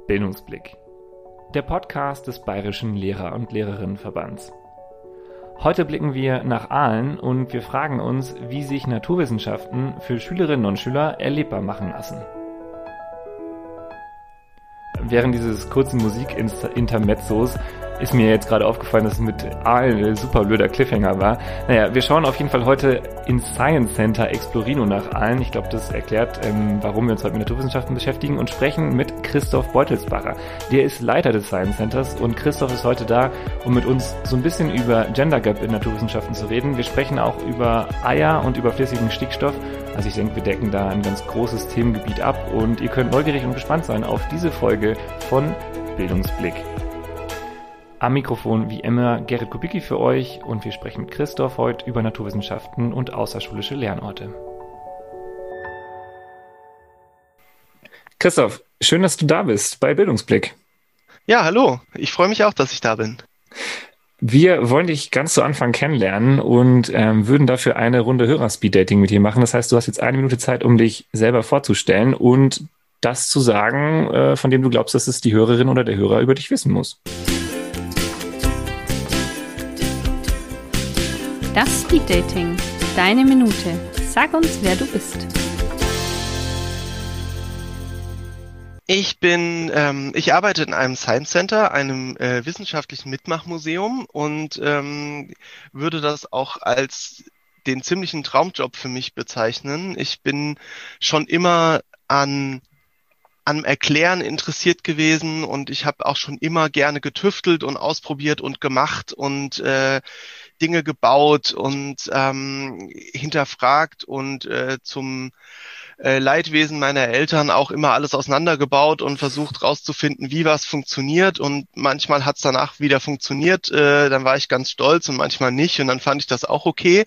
Bildungsblick, der Podcast des Bayerischen Lehrer- und Lehrerinnenverbands. Heute blicken wir nach Aalen und wir fragen uns, wie sich Naturwissenschaften für Schülerinnen und Schüler erlebbar machen lassen. Während dieses kurzen Musikintermezzos ist mir jetzt gerade aufgefallen, dass es mit Aalen ein super blöder Cliffhanger war. Naja, wir schauen auf jeden Fall heute ins Science Center Explorino nach Aalen. Ich glaube, das erklärt, warum wir uns heute mit Naturwissenschaften beschäftigen und sprechen mit Christoph Beutelsbacher. Der ist Leiter des Science Centers und Christoph ist heute da, um mit uns so ein bisschen über Gender Gap in Naturwissenschaften zu reden. Wir sprechen auch über Eier und über flüssigen Stickstoff. Also ich denke, wir decken da ein ganz großes Themengebiet ab und ihr könnt neugierig und gespannt sein auf diese Folge von Bildungsblick. Am Mikrofon wie immer Gerrit Kubicki für euch und wir sprechen mit Christoph heute über Naturwissenschaften und außerschulische Lernorte. Christoph, schön, dass du da bist bei Bildungsblick. Ja, hallo. Ich freue mich auch, dass ich da bin. Wir wollen dich ganz zu Anfang kennenlernen und würden dafür eine Runde Hörer-Speed-Dating mit dir machen. Das heißt, du hast jetzt 1 Minute Zeit, um dich selber vorzustellen und das zu sagen, von dem du glaubst, dass es die Hörerin oder der Hörer über dich wissen muss. Das Speed-Dating. Deine Minute. Sag uns, wer du bist. Ich arbeite in einem Science Center, einem wissenschaftlichen Mitmachmuseum und würde das auch als den ziemlichen Traumjob für mich bezeichnen. Ich bin schon immer am Erklären interessiert gewesen und ich habe auch schon immer gerne getüftelt und ausprobiert und gemacht und Dinge gebaut und hinterfragt und zum Leidwesen meiner Eltern auch immer alles auseinandergebaut und versucht rauszufinden, wie was funktioniert und manchmal hat es danach wieder funktioniert, dann war ich ganz stolz und manchmal nicht und dann fand ich das auch okay.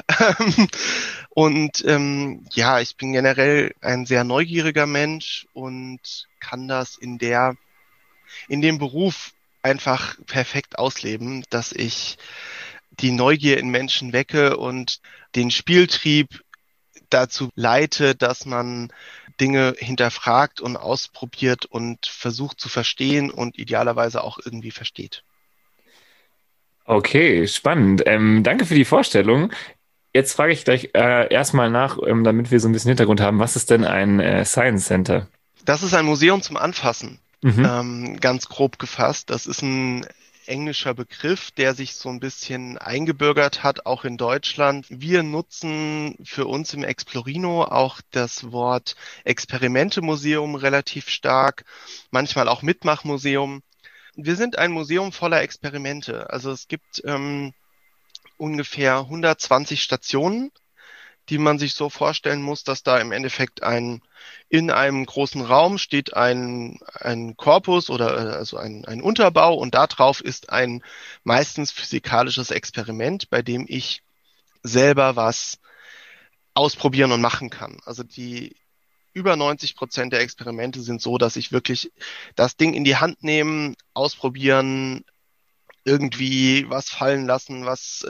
Und ich bin generell ein sehr neugieriger Mensch und kann das in dem Beruf einfach perfekt ausleben, dass ich die Neugier in Menschen wecke und den Spieltrieb dazu leite, dass man Dinge hinterfragt und ausprobiert und versucht zu verstehen und idealerweise auch irgendwie versteht. Okay, spannend. Danke für die Vorstellung. Jetzt frage ich gleich erstmal nach, damit wir so ein bisschen Hintergrund haben. Was ist denn ein Science Center? Das ist ein Museum zum Anfassen, ganz grob gefasst. Das ist ein englischer Begriff, der sich so ein bisschen eingebürgert hat, auch in Deutschland. Wir nutzen für uns im Explorino auch das Wort Experimente-Museum relativ stark, manchmal auch Mitmachmuseum. Wir sind ein Museum voller Experimente. Also es gibt ungefähr 120 Stationen, die man sich so vorstellen muss, dass da im Endeffekt in einem großen Raum steht ein Korpus oder also ein Unterbau und da drauf ist ein meistens physikalisches Experiment, bei dem ich selber was ausprobieren und machen kann. Also die über 90% der Experimente sind so, dass ich wirklich das Ding in die Hand nehmen, ausprobieren, irgendwie was fallen lassen, was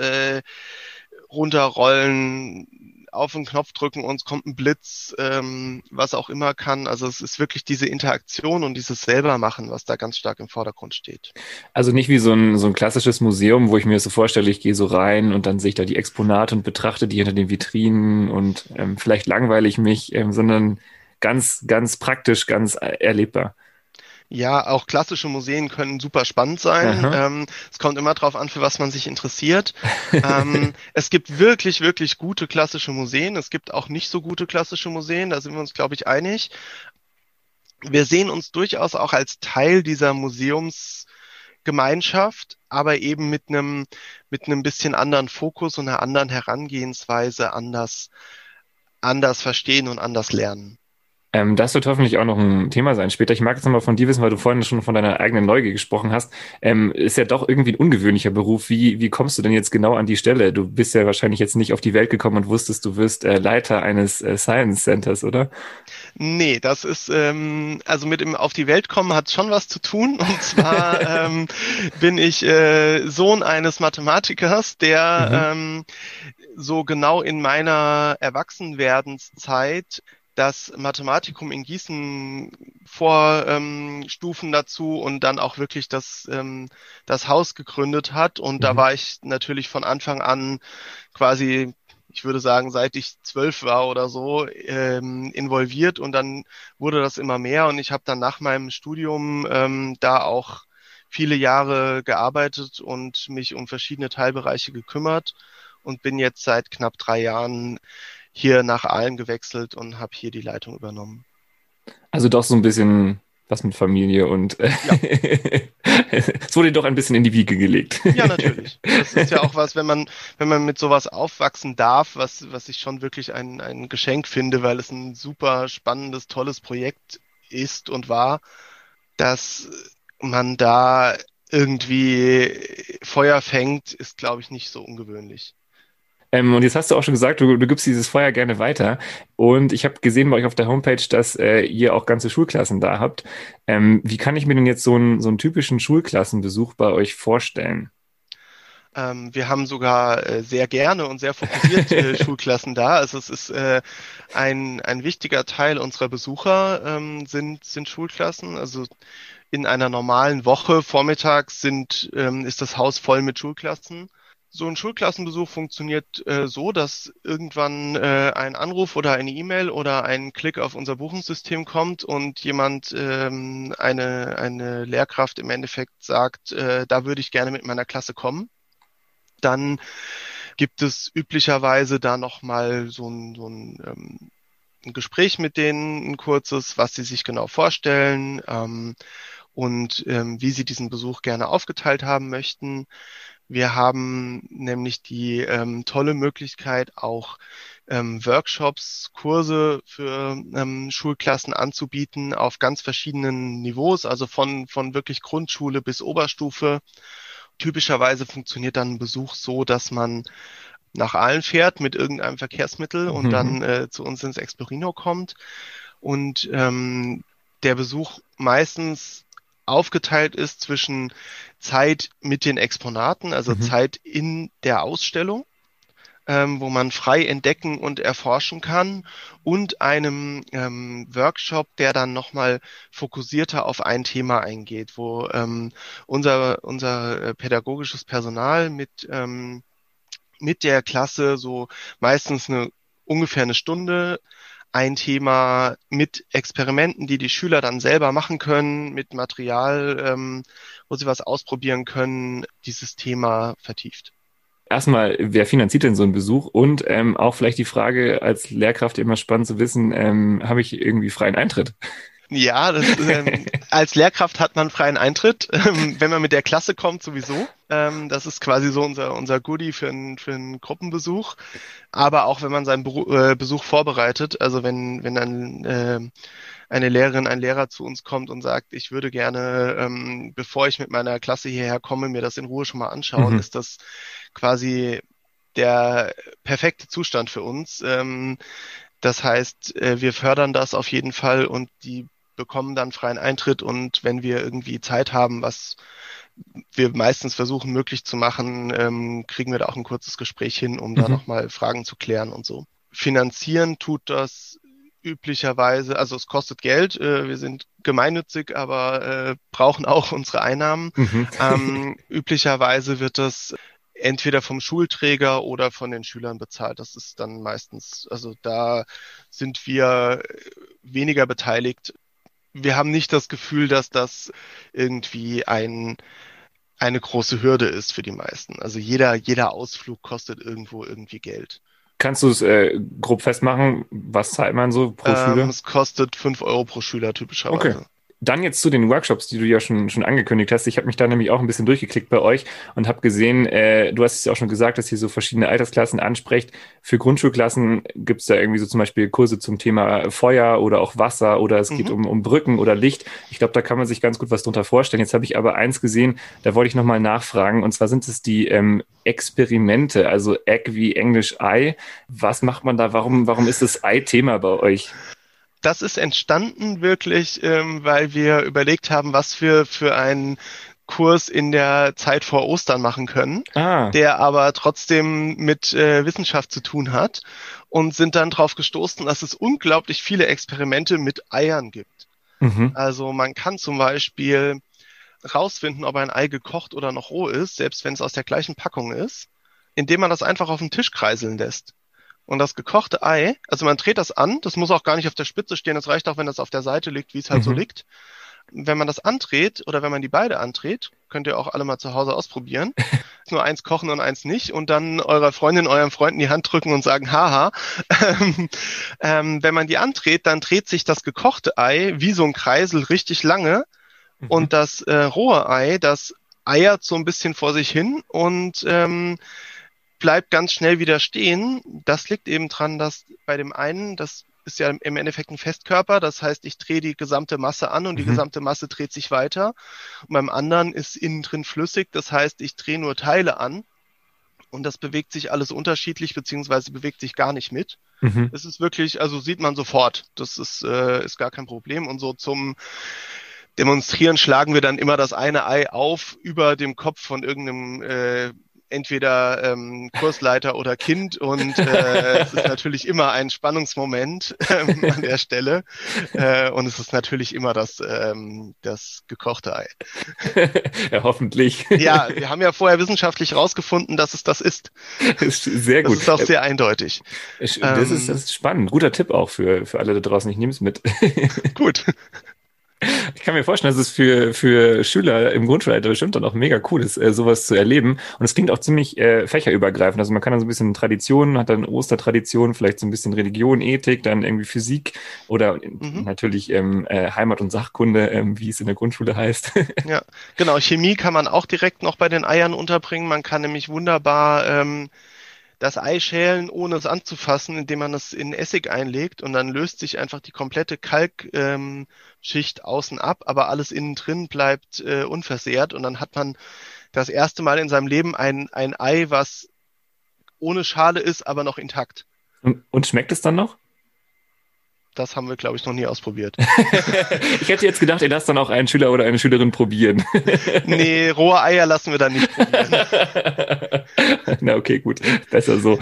runterrollen, auf den Knopf drücken und es kommt ein Blitz, was auch immer kann. Also es ist wirklich diese Interaktion und dieses Selbermachen, was da ganz stark im Vordergrund steht. Also nicht wie so ein klassisches Museum, wo ich mir das so vorstelle, ich gehe so rein und dann sehe ich da die Exponate und betrachte die hinter den Vitrinen und vielleicht langweile ich mich, sondern ganz, ganz praktisch, ganz erlebbar. Ja, auch klassische Museen können super spannend sein. Es kommt immer drauf an, für was man sich interessiert. Es gibt wirklich, wirklich gute klassische Museen. Es gibt auch nicht so gute klassische Museen. Da sind wir uns, glaube ich, einig. Wir sehen uns durchaus auch als Teil dieser Museumsgemeinschaft, aber eben mit einem bisschen anderen Fokus und einer anderen Herangehensweise, anders verstehen und anders lernen. Das wird hoffentlich auch noch ein Thema sein später. Ich mag jetzt nochmal von dir wissen, weil du vorhin schon von deiner eigenen Neugier gesprochen hast. Ist ja doch irgendwie ein ungewöhnlicher Beruf. Wie kommst du denn jetzt genau an die Stelle? Du bist ja wahrscheinlich jetzt nicht auf die Welt gekommen und wusstest, du wirst Leiter eines Science Centers, oder? Nee, das ist, also mit dem auf die Welt kommen hat schon was zu tun. Und zwar bin ich Sohn eines Mathematikers, der so genau in meiner Erwachsenwerdenszeit das Mathematikum in Gießen Vorstufen dazu und dann auch wirklich das Haus gegründet hat. Und da war ich natürlich von Anfang an quasi, ich würde sagen, seit ich 12 war oder so, involviert, und dann wurde das immer mehr, und ich habe dann nach meinem Studium da auch viele Jahre gearbeitet und mich um verschiedene Teilbereiche gekümmert und bin jetzt seit knapp 3 Jahren hier nach Aalen gewechselt und habe hier die Leitung übernommen. Also doch so ein bisschen was mit Familie und Ja. es wurde doch ein bisschen in die Wiege gelegt. Ja, natürlich. Das ist ja auch was, wenn man mit sowas aufwachsen darf, was ich schon wirklich ein Geschenk finde, weil es ein super spannendes, tolles Projekt ist und war, dass man da irgendwie Feuer fängt, ist, glaube ich, nicht so ungewöhnlich. Und jetzt hast du auch schon gesagt, du gibst dieses Feuer gerne weiter. Und ich habe gesehen bei euch auf der Homepage, dass ihr auch ganze Schulklassen da habt. Wie kann ich mir denn jetzt so einen typischen Schulklassenbesuch bei euch vorstellen? Wir haben sogar sehr gerne und sehr fokussiert Schulklassen da. Also es ist ein wichtiger Teil unserer Besucher sind Schulklassen. Also in einer normalen Woche vormittags ist das Haus voll mit Schulklassen. So ein Schulklassenbesuch funktioniert so, dass irgendwann ein Anruf oder eine E-Mail oder ein Klick auf unser Buchungssystem kommt und jemand, eine Lehrkraft im Endeffekt sagt, da würde ich gerne mit meiner Klasse kommen. Dann gibt es üblicherweise da nochmal so ein Gespräch mit denen, ein kurzes, was sie sich genau vorstellen und wie sie diesen Besuch gerne aufgeteilt haben möchten. Wir haben nämlich die tolle Möglichkeit, auch Workshops, Kurse für Schulklassen anzubieten auf ganz verschiedenen Niveaus, also von wirklich Grundschule bis Oberstufe. Typischerweise funktioniert dann ein Besuch so, dass man nach Aalen fährt mit irgendeinem Verkehrsmittel und dann zu uns ins Explorino kommt und der Besuch meistens aufgeteilt ist zwischen Zeit mit den Exponaten, also Zeit in der Ausstellung, wo man frei entdecken und erforschen kann, und einem Workshop, der dann nochmal fokussierter auf ein Thema eingeht, wo unser pädagogisches Personal mit der Klasse so meistens ungefähr eine Stunde ein Thema mit Experimenten, die die Schüler dann selber machen können, mit Material, wo sie was ausprobieren können, dieses Thema vertieft. Erstmal, wer finanziert denn so einen Besuch? Und auch vielleicht die Frage als Lehrkraft immer spannend zu wissen, habe ich irgendwie freien Eintritt? Ja, als Lehrkraft hat man freien Eintritt, wenn man mit der Klasse kommt sowieso. Das ist quasi so unser Goodie für einen Gruppenbesuch. Aber auch wenn man seinen Besuch vorbereitet, also wenn dann eine Lehrerin, ein Lehrer zu uns kommt und sagt, ich würde gerne, bevor ich mit meiner Klasse hierher komme, mir das in Ruhe schon mal anschauen, ist das quasi der perfekte Zustand für uns. Das heißt, wir fördern das auf jeden Fall und die bekommen dann freien Eintritt, und wenn wir irgendwie Zeit haben, was wir meistens versuchen möglich zu machen, kriegen wir da auch ein kurzes Gespräch hin, um da nochmal Fragen zu klären und so. Finanzieren tut das üblicherweise, also es kostet Geld, wir sind gemeinnützig, aber brauchen auch unsere Einnahmen. Üblicherweise wird das entweder vom Schulträger oder von den Schülern bezahlt. Das ist dann meistens, also da sind wir weniger beteiligt. Wir haben nicht das Gefühl, dass das irgendwie eine große Hürde ist für die meisten. Also jeder Ausflug kostet irgendwo irgendwie Geld. Kannst du es grob festmachen? Was zahlt man so pro Schüler? Es kostet 5 Euro pro Schüler typischerweise. Okay. Dann jetzt zu den Workshops, die du ja schon angekündigt hast. Ich habe mich da nämlich auch ein bisschen durchgeklickt bei euch und habe gesehen, du hast es ja auch schon gesagt, dass ihr so verschiedene Altersklassen ansprecht. Für Grundschulklassen gibt es da irgendwie so zum Beispiel Kurse zum Thema Feuer oder auch Wasser, oder es geht um Brücken oder Licht. Ich glaube, da kann man sich ganz gut was drunter vorstellen. Jetzt habe ich aber eins gesehen, da wollte ich nochmal nachfragen, und zwar sind es die Experimente, also Egg wie Englisch Ei. Was macht man da? Warum ist das Ei-Thema bei euch? Das ist entstanden wirklich, weil wir überlegt haben, was wir für ein Kurs in der Zeit vor Ostern machen können, der aber trotzdem mit Wissenschaft zu tun hat, und sind dann drauf gestoßen, dass es unglaublich viele Experimente mit Eiern gibt. Also man kann zum Beispiel rausfinden, ob ein Ei gekocht oder noch roh ist, selbst wenn es aus der gleichen Packung ist, indem man das einfach auf den Tisch kreiseln lässt. Und das gekochte Ei, also man dreht das an, das muss auch gar nicht auf der Spitze stehen, es reicht auch, wenn das auf der Seite liegt, wie es halt so liegt. Wenn man das andreht oder wenn man die beide andreht, könnt ihr auch alle mal zu Hause ausprobieren. Nur eins kochen und eins nicht und dann eurer Freundin, eurem Freund in die Hand drücken und sagen, haha. Wenn man die andreht, dann dreht sich das gekochte Ei wie so ein Kreisel richtig lange und das rohe Ei, das eiert so ein bisschen vor sich hin und bleibt ganz schnell wieder stehen. Das liegt eben dran, dass bei dem einen, das ist ja im Endeffekt ein Festkörper, das heißt, ich drehe die gesamte Masse an und die gesamte Masse dreht sich weiter. Und beim anderen ist innen drin flüssig, das heißt, ich drehe nur Teile an und das bewegt sich alles unterschiedlich, beziehungsweise bewegt sich gar nicht mit. Es ist wirklich, also sieht man sofort, das ist gar kein Problem. Und so zum Demonstrieren schlagen wir dann immer das eine Ei auf über dem Kopf von irgendeinem entweder Kursleiter oder Kind und es ist natürlich immer ein Spannungsmoment an der Stelle und es ist natürlich immer das gekochte Ei. Ja, hoffentlich. Ja, wir haben ja vorher wissenschaftlich rausgefunden, dass es das ist. Sehr gut. Das ist auch sehr eindeutig. Das ist spannend. Guter Tipp auch für alle da draußen. Ich nehme es mit. Gut. Ich kann mir vorstellen, dass es für Schüler im Grundschulalter bestimmt dann auch mega cool ist, sowas zu erleben. Und es klingt auch ziemlich fächerübergreifend. Also man kann dann so ein bisschen Traditionen, hat dann Ostertradition, vielleicht so ein bisschen Religion, Ethik, dann irgendwie Physik oder natürlich Heimat- und Sachkunde, wie es in der Grundschule heißt. Ja, genau. Chemie kann man auch direkt noch bei den Eiern unterbringen. Man kann nämlich wunderbar das Ei schälen, ohne es anzufassen, indem man es in Essig einlegt und dann löst sich einfach die komplette Kalkschicht außen ab, aber alles innen drin bleibt unversehrt und dann hat man das erste Mal in seinem Leben ein Ei, was ohne Schale ist, aber noch intakt. Und schmeckt es dann noch? Das haben wir, glaube ich, noch nie ausprobiert. Ich hätte jetzt gedacht, ihr lasst dann auch einen Schüler oder eine Schülerin probieren. Nee, rohe Eier lassen wir dann nicht probieren. Na okay, gut. Besser so.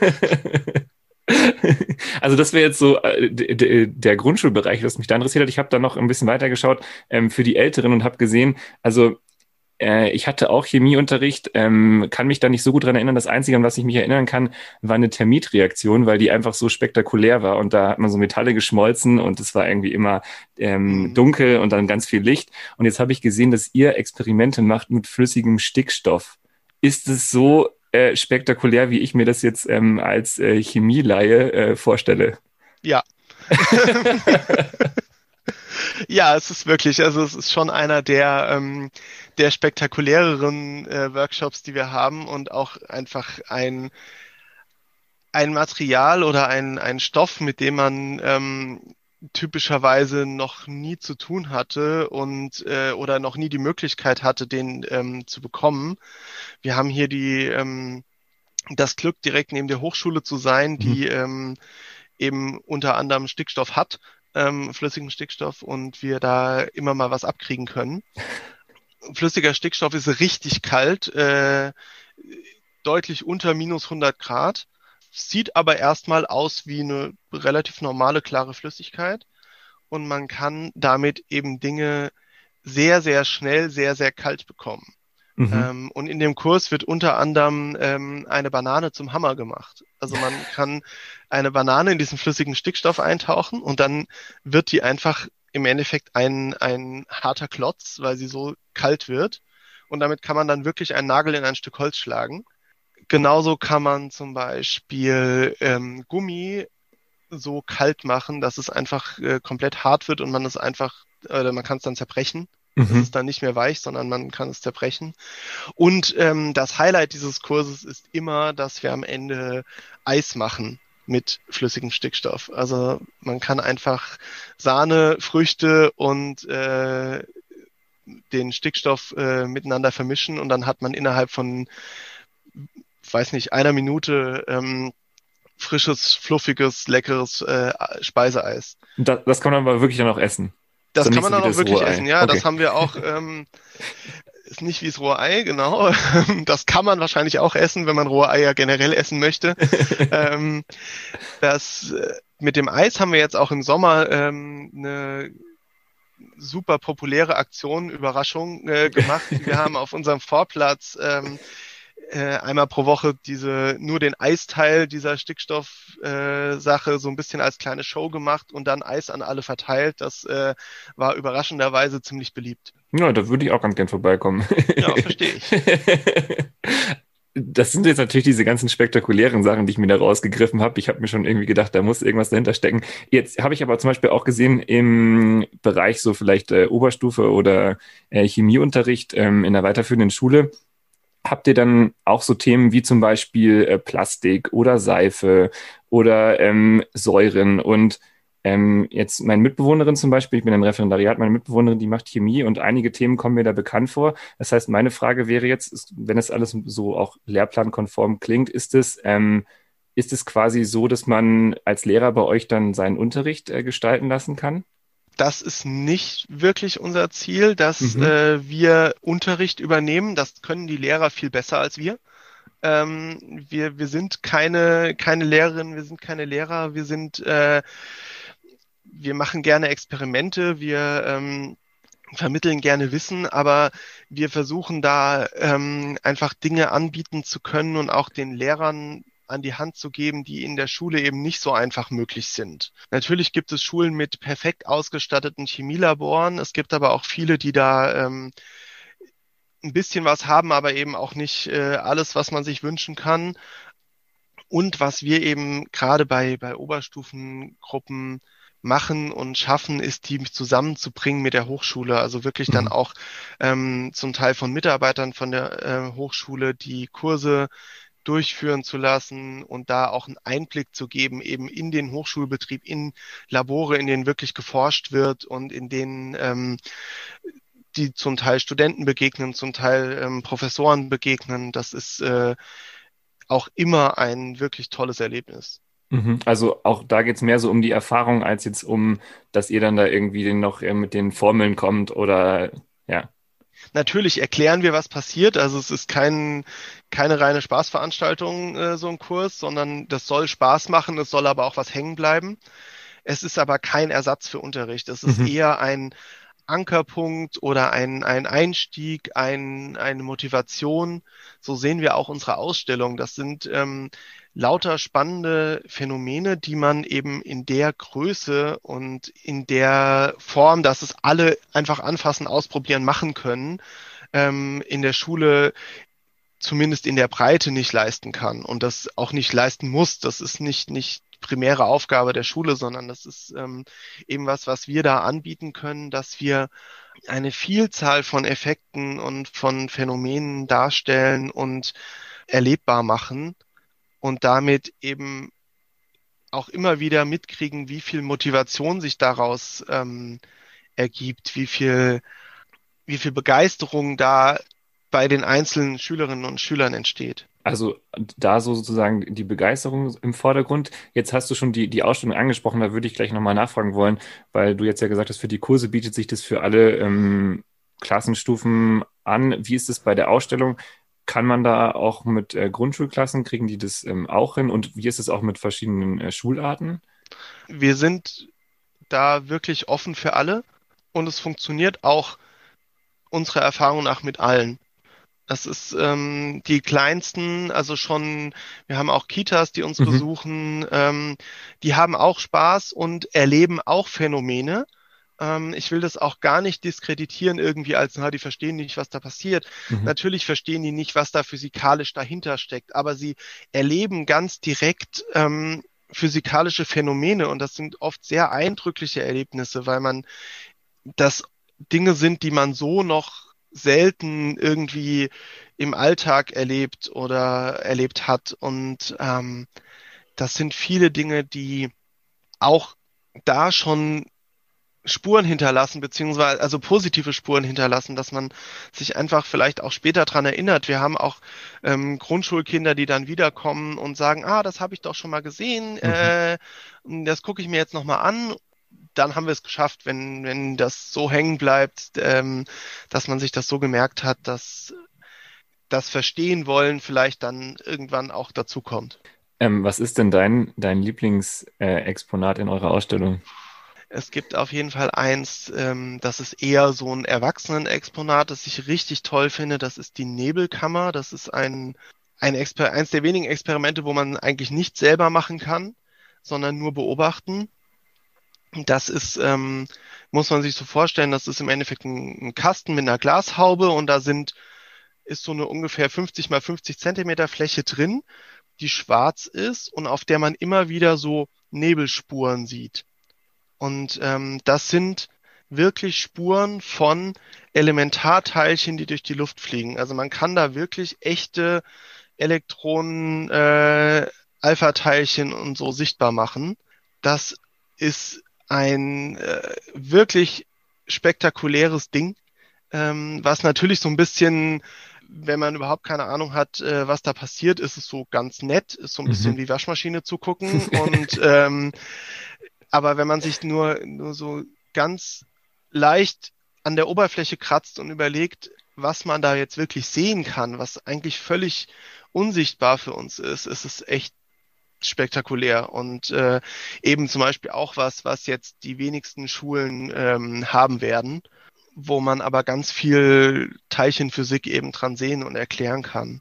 Also das wäre jetzt so der Grundschulbereich, was mich da interessiert hat. Ich habe da noch ein bisschen weiter geschaut für die Älteren und habe gesehen, also ich hatte auch Chemieunterricht, kann mich da nicht so gut dran erinnern. Das Einzige, an was ich mich erinnern kann, war eine Termitreaktion, weil die einfach so spektakulär war. Und da hat man so Metalle geschmolzen und es war irgendwie immer dunkel und dann ganz viel Licht. Und jetzt habe ich gesehen, dass ihr Experimente macht mit flüssigem Stickstoff. Ist es so spektakulär, wie ich mir das jetzt als Chemielaie vorstelle? Ja. Ja, es ist wirklich, also es ist schon einer der spektakuläreren Workshops, die wir haben und auch einfach ein Material oder ein Stoff, mit dem man typischerweise noch nie zu tun hatte und oder noch nie die Möglichkeit hatte, den zu bekommen. Wir haben hier das Glück, direkt neben der Hochschule zu sein, die eben unter anderem Stickstoff hat, flüssigen Stickstoff und wir da immer mal was abkriegen können. Flüssiger Stickstoff ist richtig kalt, deutlich unter minus 100 Grad, sieht aber erstmal aus wie eine relativ normale, klare Flüssigkeit und man kann damit eben Dinge sehr, sehr schnell, sehr, sehr kalt bekommen. Und in dem Kurs wird unter anderem eine Banane zum Hammer gemacht. Also man kann eine Banane in diesen flüssigen Stickstoff eintauchen und dann wird die einfach im Endeffekt ein harter Klotz, weil sie so kalt wird. Und damit kann man dann wirklich einen Nagel in ein Stück Holz schlagen. Genauso kann man zum Beispiel Gummi so kalt machen, dass es einfach komplett hart wird und man kann es dann zerbrechen. Es ist dann nicht mehr weich, sondern man kann es zerbrechen. Und das Highlight dieses Kurses ist immer, dass wir am Ende Eis machen mit flüssigem Stickstoff. Also man kann einfach Sahne, Früchte und den Stickstoff miteinander vermischen und dann hat man innerhalb von, weiß nicht, einer Minute frisches, fluffiges, leckeres Speiseeis. Das kann man aber wirklich dann auch essen. Das kann man dann auch wirklich essen, ja. Okay. Das haben wir auch Ist nicht wie das rohe Ei, genau. Das kann man wahrscheinlich auch essen, wenn man rohe Eier generell essen möchte. Das mit dem Eis haben wir jetzt auch im Sommer eine super populäre Aktion, Überraschung gemacht. Wir haben auf unserem Vorplatz einmal pro Woche nur den Eisteil dieser Stickstoff-Sache so ein bisschen als kleine Show gemacht und dann Eis an alle verteilt. Das war überraschenderweise ziemlich beliebt. Ja, da würde ich auch ganz gern vorbeikommen. Ja, verstehe ich. Das sind jetzt natürlich diese ganzen spektakulären Sachen, die ich mir da rausgegriffen habe. Ich habe mir schon irgendwie gedacht, da muss irgendwas dahinter stecken. Jetzt habe ich aber zum Beispiel auch gesehen, im Bereich so vielleicht Oberstufe oder Chemieunterricht in der weiterführenden Schule, habt ihr dann auch so Themen wie zum Beispiel Plastik oder Seife oder Säuren und jetzt meine Mitbewohnerin zum Beispiel, ich bin im Referendariat, meine Mitbewohnerin, die macht Chemie und einige Themen kommen mir da bekannt vor. Das heißt, meine Frage wäre jetzt, wenn es alles so auch lehrplankonform klingt, ist es quasi so, dass man als Lehrer bei euch dann seinen Unterricht gestalten lassen kann? Das ist nicht wirklich unser Ziel, dass wir Unterricht übernehmen. Das können die Lehrer viel besser als wir. Wir sind keine Lehrerinnen, wir sind keine Lehrer, wir machen gerne Experimente, wir vermitteln gerne Wissen, aber wir versuchen da einfach Dinge anbieten zu können und auch den Lehrern an die Hand zu geben, die in der Schule eben nicht so einfach möglich sind. Natürlich gibt es Schulen mit perfekt ausgestatteten Chemielaboren, es gibt aber auch viele, die da ein bisschen was haben, aber eben auch nicht alles, was man sich wünschen kann. Und was wir eben gerade bei Oberstufengruppen machen und schaffen, ist, die zusammenzubringen mit der Hochschule. Also wirklich dann auch zum Teil von Mitarbeitern von der Hochschule die Kurse durchführen zu lassen und da auch einen Einblick zu geben, eben in den Hochschulbetrieb, in Labore, in denen wirklich geforscht wird und in denen die zum Teil Studenten begegnen, zum Teil Professoren begegnen. Das ist auch immer ein wirklich tolles Erlebnis. Also auch da geht es mehr so um die Erfahrung, als jetzt dass ihr dann da irgendwie noch mit den Formeln kommt oder ja. Natürlich erklären wir, was passiert. Also es ist keine reine Spaßveranstaltung, so ein Kurs, sondern das soll Spaß machen, es soll aber auch was hängen bleiben. Es ist aber kein Ersatz für Unterricht. Es ist eher ein Ankerpunkt oder ein Einstieg, eine Motivation. So sehen wir auch unsere Ausstellung. Das sind lauter spannende Phänomene, die man eben in der Größe und in der Form, dass es alle einfach anfassen, ausprobieren, machen können, in der Schule zumindest in der Breite nicht leisten kann und das auch nicht leisten muss. Das ist nicht primäre Aufgabe der Schule, sondern das ist eben was wir da anbieten können, dass wir eine Vielzahl von Effekten und von Phänomenen darstellen und erlebbar machen und damit eben auch immer wieder mitkriegen, wie viel Motivation sich daraus ergibt, wie viel Begeisterung da bei den einzelnen Schülerinnen und Schülern entsteht. Also da so sozusagen die Begeisterung im Vordergrund. Jetzt hast du schon die Ausstellung angesprochen, da würde ich gleich nochmal nachfragen wollen, weil du jetzt ja gesagt hast, für die Kurse bietet sich das für alle Klassenstufen an. Wie ist es bei der Ausstellung? Kann man da auch mit Grundschulklassen, kriegen die das auch hin? Und wie ist es auch mit verschiedenen Schularten? Wir sind da wirklich offen für alle und es funktioniert auch unserer Erfahrung nach mit allen. Das ist die kleinsten, also schon, wir haben auch Kitas, die uns besuchen, die haben auch Spaß und erleben auch Phänomene. Ich will das auch gar nicht diskreditieren irgendwie als, die verstehen nicht, was da passiert. Natürlich verstehen die nicht, was da physikalisch dahinter steckt, aber sie erleben ganz direkt physikalische Phänomene und das sind oft sehr eindrückliche Erlebnisse, weil das Dinge sind, die man so noch selten irgendwie im Alltag erlebt oder erlebt hat. Und das sind viele Dinge, die auch da schon Spuren hinterlassen, beziehungsweise also positive Spuren hinterlassen, dass man sich einfach vielleicht auch später dran erinnert. Wir haben auch Grundschulkinder, die dann wiederkommen und sagen, das habe ich doch schon mal gesehen, das gucke ich mir jetzt nochmal an. dann haben wir es geschafft, wenn das so hängen bleibt, dass man sich das so gemerkt hat, dass das Verstehen wollen vielleicht dann irgendwann auch dazu kommt. Was ist denn dein Lieblingsexponat in eurer Ausstellung? Es gibt auf jeden Fall eins, das ist eher so ein Erwachsenenexponat, das ich richtig toll finde. Das ist die Nebelkammer. Das ist eins der wenigen Experimente, wo man eigentlich nicht selber machen kann, sondern nur beobachten. Das ist, muss man sich so vorstellen, das ist im Endeffekt ein Kasten mit einer Glashaube und ist so eine ungefähr 50 mal 50 Zentimeter Fläche drin, die schwarz ist und auf der man immer wieder so Nebelspuren sieht. Und das sind wirklich Spuren von Elementarteilchen, die durch die Luft fliegen. Also man kann da wirklich echte Elektronen, Alpha-Teilchen und so sichtbar machen. Das ist ein wirklich spektakuläres Ding, was natürlich so ein bisschen, wenn man überhaupt keine Ahnung hat, was da passiert, ist es so ganz nett, ist so ein bisschen wie Waschmaschine zu gucken und aber wenn man sich nur so ganz leicht an der Oberfläche kratzt und überlegt, was man da jetzt wirklich sehen kann, was eigentlich völlig unsichtbar für uns ist es echt spektakulär und eben zum Beispiel auch was jetzt die wenigsten Schulen haben werden, wo man aber ganz viel Teilchenphysik eben dran sehen und erklären kann.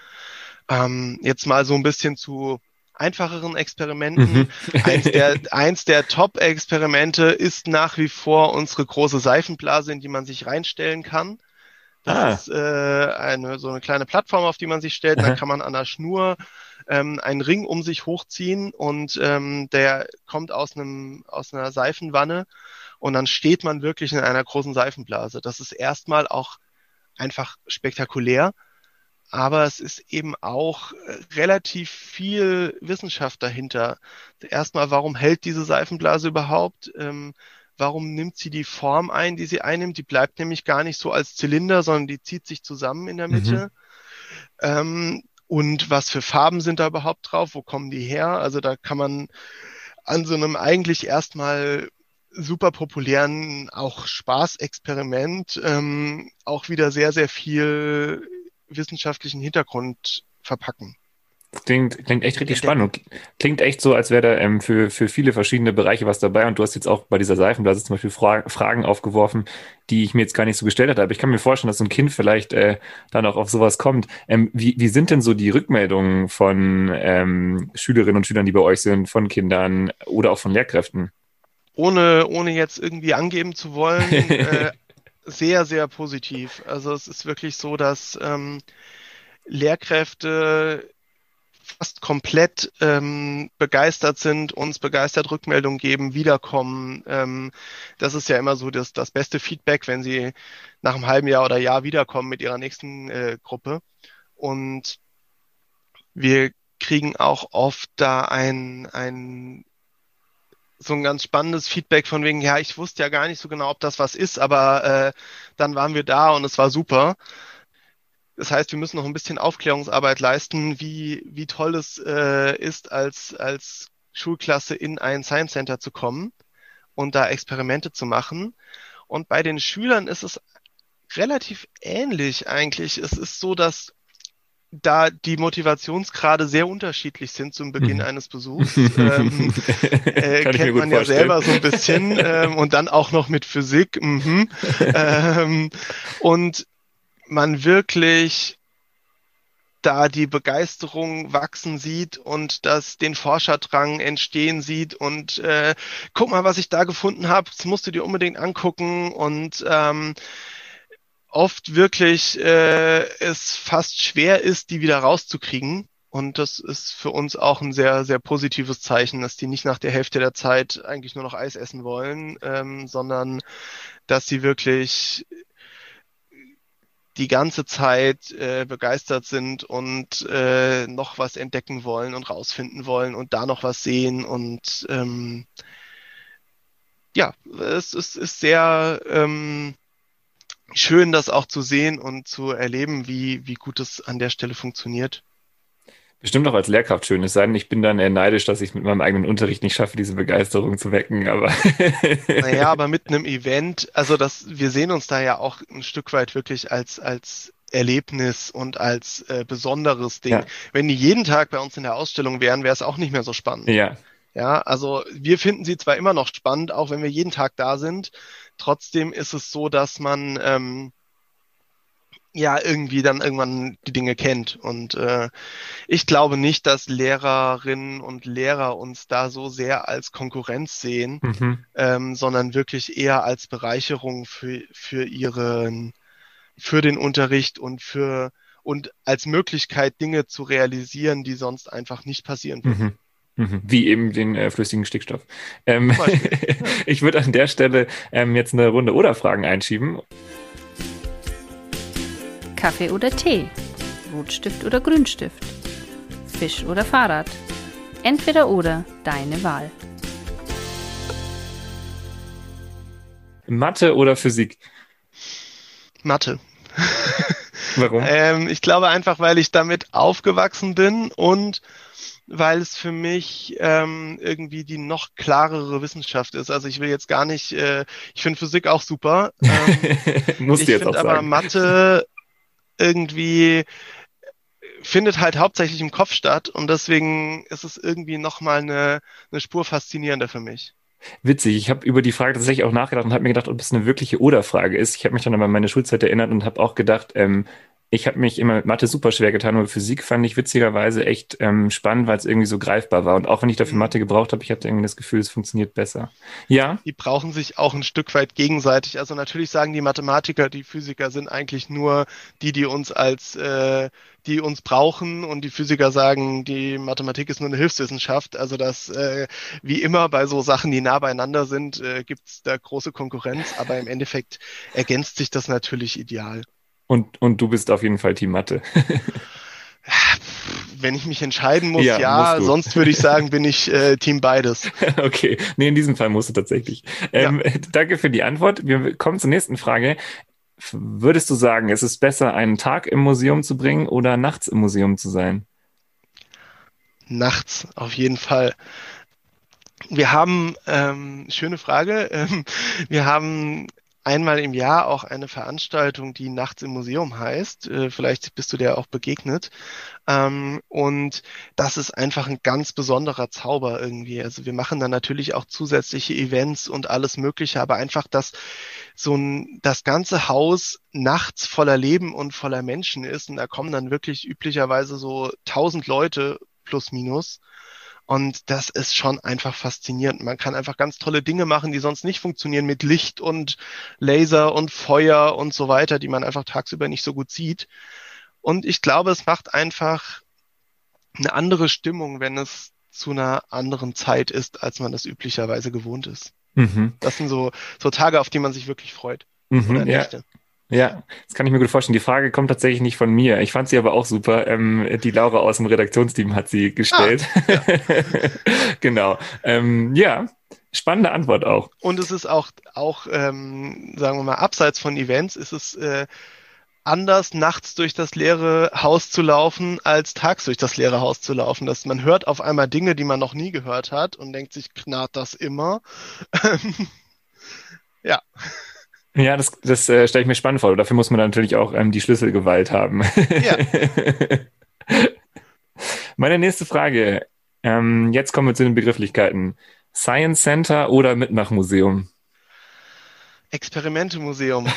Jetzt mal so ein bisschen zu einfacheren Experimenten. Eins der Top-Experimente ist nach wie vor unsere große Seifenblase, in die man sich reinstellen kann. Das ist so eine kleine Plattform, auf die man sich stellt. Dann kann man an der Schnur einen Ring um sich hochziehen und der kommt aus einer Seifenwanne und dann steht man wirklich in einer großen Seifenblase. Das ist erstmal auch einfach spektakulär. Aber es ist eben auch relativ viel Wissenschaft dahinter. Erstmal, warum hält diese Seifenblase überhaupt? Warum nimmt sie die Form ein, die sie einnimmt? Die bleibt nämlich gar nicht so als Zylinder, sondern die zieht sich zusammen in der Mitte. Und was für Farben sind da überhaupt drauf? Wo kommen die her? Also da kann man an so einem eigentlich erstmal super populären, auch Spaßexperiment, auch wieder sehr, sehr viel wissenschaftlichen Hintergrund verpacken. Klingt echt richtig spannend. Klingt echt so, als wäre da für viele verschiedene Bereiche was dabei. Und du hast jetzt auch bei dieser Seifenblase zum Beispiel Fragen aufgeworfen, die ich mir jetzt gar nicht so gestellt hatte. Aber ich kann mir vorstellen, dass so ein Kind vielleicht dann auch auf sowas kommt. Wie sind denn so die Rückmeldungen von Schülerinnen und Schülern, die bei euch sind, von Kindern oder auch von Lehrkräften? Ohne jetzt irgendwie angeben zu wollen, sehr, sehr positiv. Also es ist wirklich so, dass Lehrkräfte fast komplett begeistert sind, uns begeistert Rückmeldungen geben, wiederkommen. Das ist ja immer so das beste Feedback, wenn sie nach einem halben Jahr oder Jahr wiederkommen mit ihrer nächsten Gruppe. Und wir kriegen auch oft da so ein ganz spannendes Feedback von wegen, ja, ich wusste ja gar nicht so genau, ob das was ist, aber dann waren wir da und es war super. Das heißt, wir müssen noch ein bisschen Aufklärungsarbeit leisten, wie toll es ist, als Schulklasse in ein Science Center zu kommen und da Experimente zu machen. Und bei den Schülern ist es relativ ähnlich eigentlich. Es ist so, dass da die Motivationsgrade sehr unterschiedlich sind zum Beginn eines Besuchs. Kennt man ja selber so ein bisschen und dann auch noch mit Physik. Und man wirklich da die Begeisterung wachsen sieht und den Forscherdrang entstehen sieht und guck mal, was ich da gefunden habe, das musst du dir unbedingt angucken und oft wirklich es fast schwer ist, die wieder rauszukriegen. Und das ist für uns auch ein sehr, sehr positives Zeichen, dass die nicht nach der Hälfte der Zeit eigentlich nur noch Eis essen wollen, sondern dass sie wirklich die ganze Zeit begeistert sind und noch was entdecken wollen und rausfinden wollen und da noch was sehen. Und ja, es ist sehr schön, das auch zu sehen und zu erleben, wie gut es an der Stelle funktioniert. Bestimmt auch als Lehrkraft schön. Es sei denn, ich bin dann eher neidisch, dass ich es mit meinem eigenen Unterricht nicht schaffe, diese Begeisterung zu wecken, aber Naja, aber mit einem Event, also wir sehen uns da ja auch ein Stück weit wirklich als Erlebnis und als besonderes Ding. ja, Wenn die jeden Tag bei uns in der Ausstellung wären, wäre es auch nicht mehr so spannend. ja. Ja, also wir finden sie zwar immer noch spannend, auch wenn wir jeden Tag da sind. Trotzdem ist es so, dass man ja irgendwie dann irgendwann die Dinge kennt. Und ich glaube nicht, dass Lehrerinnen und Lehrer uns da so sehr als Konkurrenz sehen, Mhm. sondern wirklich eher als Bereicherung für den Unterricht und als Möglichkeit, Dinge zu realisieren, die sonst einfach nicht passieren würden. Mhm. Mhm. Wie eben den flüssigen Stickstoff. Ähm, Zum Beispiel. Ja. ich würde an der Stelle jetzt eine Runde Oder-Fragen einschieben. Kaffee oder Tee? Rotstift oder Grünstift? Fisch oder Fahrrad? Entweder oder, deine Wahl. Mathe oder Physik? Mathe. Warum? Ich glaube einfach, weil ich damit aufgewachsen bin und weil es für mich irgendwie die noch klarere Wissenschaft ist. Also ich will jetzt gar nicht, ich finde Physik auch super. Musst du Ich jetzt auch finde aber sagen. Mathe irgendwie findet halt hauptsächlich im Kopf statt und deswegen ist es irgendwie nochmal eine Spur faszinierender für mich. Witzig, ich habe über die Frage tatsächlich auch nachgedacht und habe mir gedacht, ob es eine wirkliche Oder-Frage ist. Ich habe mich dann aber an meine Schulzeit erinnert und habe auch gedacht, ich habe mich immer mit Mathe super schwer getan, aber Physik fand ich witzigerweise echt spannend, weil es irgendwie so greifbar war. Und auch wenn ich dafür Mhm. Mathe gebraucht habe, ich hatte irgendwie das Gefühl, es funktioniert besser. Ja, Die brauchen sich auch ein Stück weit gegenseitig. Also natürlich sagen die Mathematiker, die Physiker sind eigentlich nur die uns die uns brauchen und die Physiker sagen, die Mathematik ist nur eine Hilfswissenschaft. Also wie immer bei so Sachen, die nah beieinander sind, gibt es da große Konkurrenz, aber im Endeffekt ergänzt sich das natürlich ideal. und du bist auf jeden Fall Team Mathe. Wenn ich mich entscheiden muss, Ja, musst ja, du. sonst würde ich sagen, bin ich Team beides. Okay, nee, in diesem Fall musst du tatsächlich. Ja, Danke für die Antwort. Wir kommen zur nächsten Frage. Würdest du sagen, es ist besser, einen Tag im Museum zu bringen oder nachts im Museum zu sein? nachts auf jeden Fall. Wir haben, schöne Frage, wir haben einmal im Jahr auch eine Veranstaltung, die Nachts im Museum heißt. Vielleicht bist du der auch begegnet. Und das ist einfach ein ganz besonderer Zauber irgendwie. Also wir machen dann natürlich auch zusätzliche Events und alles Mögliche, aber einfach, dass das ganze Haus nachts voller Leben und voller Menschen ist. Und da kommen dann wirklich üblicherweise so 1000 Leute plus minus. Und das ist schon einfach faszinierend. Man kann einfach ganz tolle Dinge machen, die sonst nicht funktionieren mit Licht und Laser und Feuer und so weiter, die man einfach tagsüber nicht so gut sieht. Und ich glaube, es macht einfach eine andere Stimmung, wenn es zu einer anderen Zeit ist, als man das üblicherweise gewohnt ist. Mhm. Das sind so Tage, auf die man sich wirklich freut. Oder Mhm, ja, Nächte. ja, das kann ich mir gut vorstellen. Die Frage kommt tatsächlich nicht von mir. Ich fand sie aber auch super. Die Laura aus dem Redaktionsteam hat sie Ah, gestellt. ja. Genau. Ja, spannende Antwort auch. Und es ist auch sagen wir mal, abseits von Events, ist es anders, nachts durch das leere Haus zu laufen, als tags durch das leere Haus zu laufen. Man hört auf einmal Dinge, die man noch nie gehört hat und denkt sich, knarrt das immer? Ja, Ja, das stelle ich mir spannend vor. Dafür muss man dann natürlich auch die Schlüsselgewalt haben. ja. Meine nächste Frage. Jetzt kommen wir zu den Begrifflichkeiten. Science Center oder Mitmachmuseum? Experimente-Museum.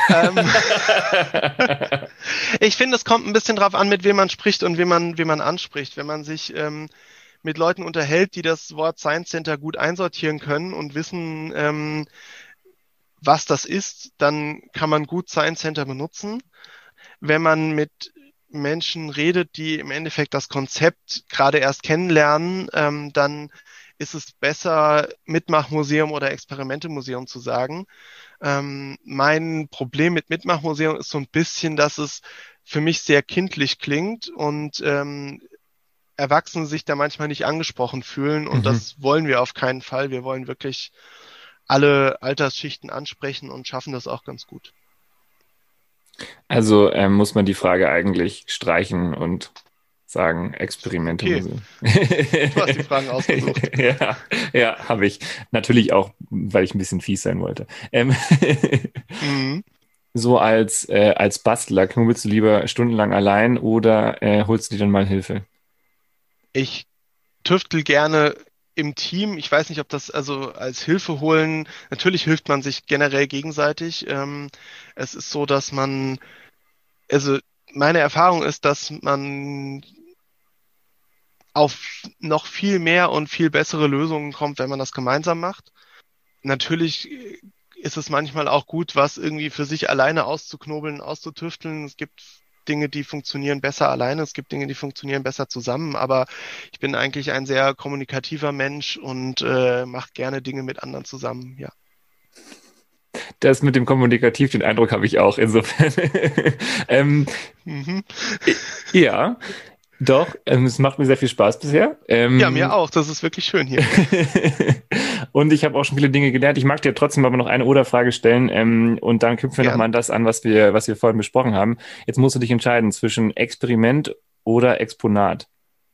Ich finde, es kommt ein bisschen drauf an, mit wem man spricht und wen man anspricht. Wenn man sich mit Leuten unterhält, die das Wort Science Center gut einsortieren können und wissen, was das ist, dann kann man gut Science Center benutzen. Wenn man mit Menschen redet, die im Endeffekt das Konzept gerade erst kennenlernen, dann ist es besser, Mitmachmuseum oder Experimente-Museum zu sagen. Mein Problem mit Mitmachmuseum ist so ein bisschen, dass es für mich sehr kindlich klingt und Erwachsene sich da manchmal nicht angesprochen fühlen und Mhm. das wollen wir auf keinen Fall. Wir wollen wirklich alle Altersschichten ansprechen und schaffen das auch ganz gut. Also muss man die Frage eigentlich streichen und. sagen. Experimente. Okay, du hast die Fragen ausgesucht. Ja, ja, habe ich. Natürlich auch, weil ich ein bisschen fies sein wollte. Mhm. So als Bastler, knobelst du lieber stundenlang allein oder holst du dir dann mal Hilfe? Ich tüftel gerne im Team. Ich weiß nicht, ob das also als Hilfe holen, natürlich hilft man sich generell gegenseitig. Es ist so, dass man, also meine Erfahrung ist, dass man auf noch viel mehr und viel bessere Lösungen kommt, wenn man das gemeinsam macht. Natürlich ist es manchmal auch gut, was irgendwie für sich alleine auszuknobeln, auszutüfteln. Es gibt Dinge, die funktionieren besser alleine, es gibt Dinge, die funktionieren besser zusammen, aber ich bin eigentlich ein sehr kommunikativer Mensch und mache gerne Dinge mit anderen zusammen, ja. Das mit dem Kommunikativ, den Eindruck habe ich auch insofern. ähm, Mhm. ja, doch, es macht mir sehr viel Spaß bisher. Ja, mir auch. Das ist wirklich schön hier. Und ich habe auch schon viele Dinge gelernt. Ich mag dir trotzdem aber noch eine Oder-Frage stellen und dann knüpfen wir nochmal Gern. an das an, was wir vorhin besprochen haben. Jetzt musst du dich entscheiden zwischen Experiment oder Exponat.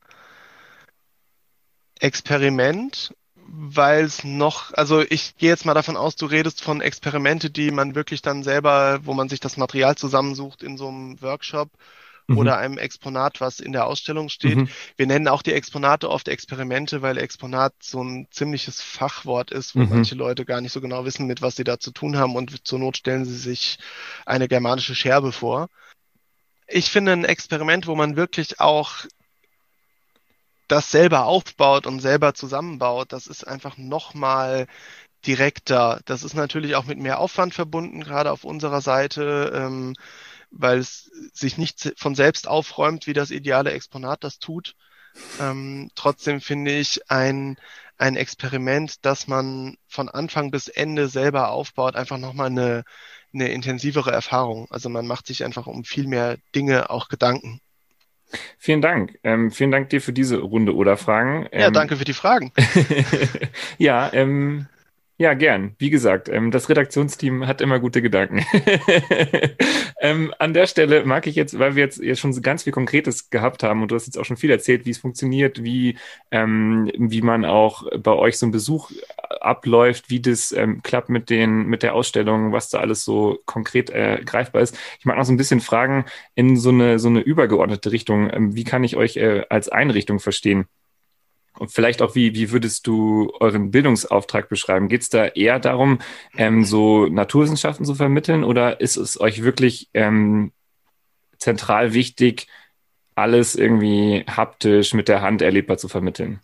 Experiment, weil es noch, also ich gehe jetzt mal davon aus, du redest von Experimente, die man wirklich dann selber, wo man sich das Material zusammensucht in so einem Workshop Mhm. oder einem Exponat, was in der Ausstellung steht. Mhm. Wir nennen auch die Exponate oft Experimente, weil Exponat so ein ziemliches Fachwort ist, wo Mhm. manche Leute gar nicht so genau wissen, mit was sie da zu tun haben und zur Not stellen sie sich eine germanische Scherbe vor. Ich finde ein Experiment, wo man wirklich auch das selber aufbaut und selber zusammenbaut, das ist einfach nochmal direkter. Das ist natürlich auch mit mehr Aufwand verbunden, gerade auf unserer Seite, weil es sich nicht von selbst aufräumt, wie das ideale Exponat das tut. Trotzdem finde ich ein Experiment, das man von Anfang bis Ende selber aufbaut, einfach nochmal eine intensivere Erfahrung. Also man macht sich einfach um viel mehr Dinge auch Gedanken. Vielen Dank. Vielen Dank dir für diese Runde Oder-Fragen. Ja, danke für die Fragen. Ja, ja, gern. Wie gesagt, das Redaktionsteam hat immer gute Gedanken. An der Stelle mag ich jetzt, weil wir jetzt schon so ganz viel Konkretes gehabt haben und du hast jetzt auch schon viel erzählt, wie es funktioniert, wie man auch bei euch so ein Besuch abläuft, wie das klappt mit der Ausstellung, was da alles so konkret greifbar ist. Ich mag noch so ein bisschen fragen in so eine übergeordnete Richtung. Wie kann ich euch als Einrichtung verstehen? Und vielleicht auch, wie würdest du euren Bildungsauftrag beschreiben? Geht es da eher darum, so Naturwissenschaften zu vermitteln oder ist es euch wirklich zentral wichtig, alles irgendwie haptisch mit der Hand erlebbar zu vermitteln?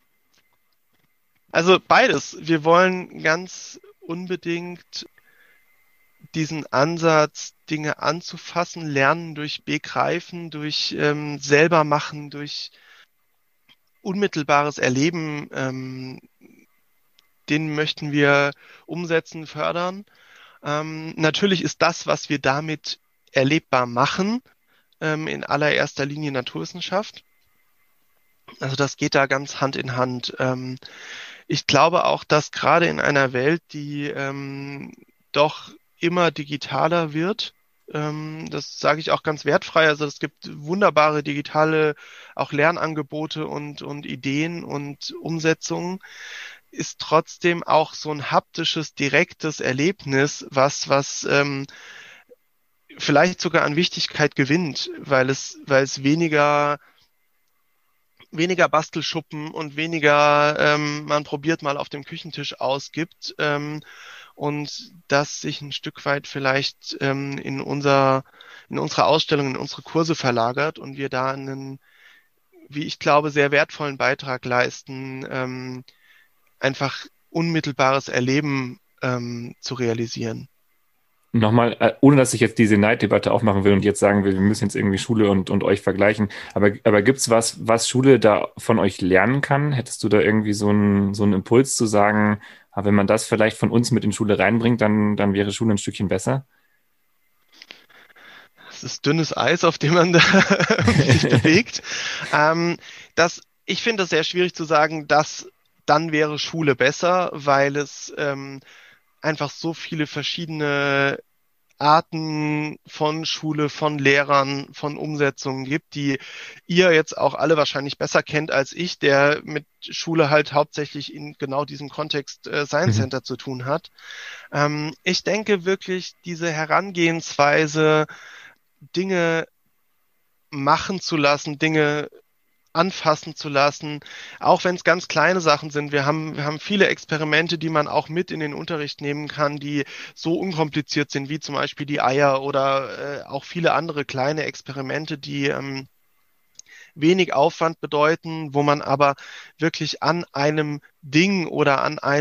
Also beides. Wir wollen ganz unbedingt diesen Ansatz, Dinge anzufassen, lernen durch Begreifen, durch selber machen, durch unmittelbares Erleben, den möchten wir umsetzen, fördern. Natürlich ist das, was wir damit erlebbar machen, in allererster Linie Naturwissenschaft. Also das geht da ganz Hand in Hand. Ich glaube auch, dass gerade in einer Welt, die doch immer digitaler wird, das sage ich auch ganz wertfrei, also es gibt wunderbare digitale auch Lernangebote und Ideen und Umsetzungen, ist trotzdem auch so ein haptisches, direktes Erlebnis, was vielleicht sogar an Wichtigkeit gewinnt, weil es weniger Bastelschuppen und weniger man probiert mal auf dem Küchentisch ausgibt und das sich ein Stück weit vielleicht in unsere Ausstellung, in unsere Kurse verlagert und wir da einen, wie ich glaube, sehr wertvollen Beitrag leisten, einfach unmittelbares Erleben zu realisieren. Nochmal, ohne dass ich jetzt diese Neiddebatte aufmachen will und jetzt sagen will, wir müssen jetzt irgendwie Schule und euch vergleichen, aber gibt's was Schule da von euch lernen kann? Hättest du da irgendwie so einen Impuls zu sagen, wenn man das vielleicht von uns mit in Schule reinbringt, dann wäre Schule ein Stückchen besser? Es ist dünnes Eis, auf dem man da sich bewegt. Ich finde es sehr schwierig zu sagen, dass dann wäre Schule besser, weil es einfach so viele verschiedene Arten von Schule, von Lehrern, von Umsetzungen gibt, die ihr jetzt auch alle wahrscheinlich besser kennt als ich, der mit Schule halt hauptsächlich in genau diesem Kontext Science Center zu tun hat. Ich denke wirklich, diese Herangehensweise, Dinge machen zu lassen, Dinge anfassen zu lassen, auch wenn es ganz kleine Sachen sind. Wir haben viele Experimente, die man auch mit in den Unterricht nehmen kann, die so unkompliziert sind, wie zum Beispiel die Eier oder auch viele andere kleine Experimente, die wenig Aufwand bedeuten, wo man aber wirklich an einem Ding oder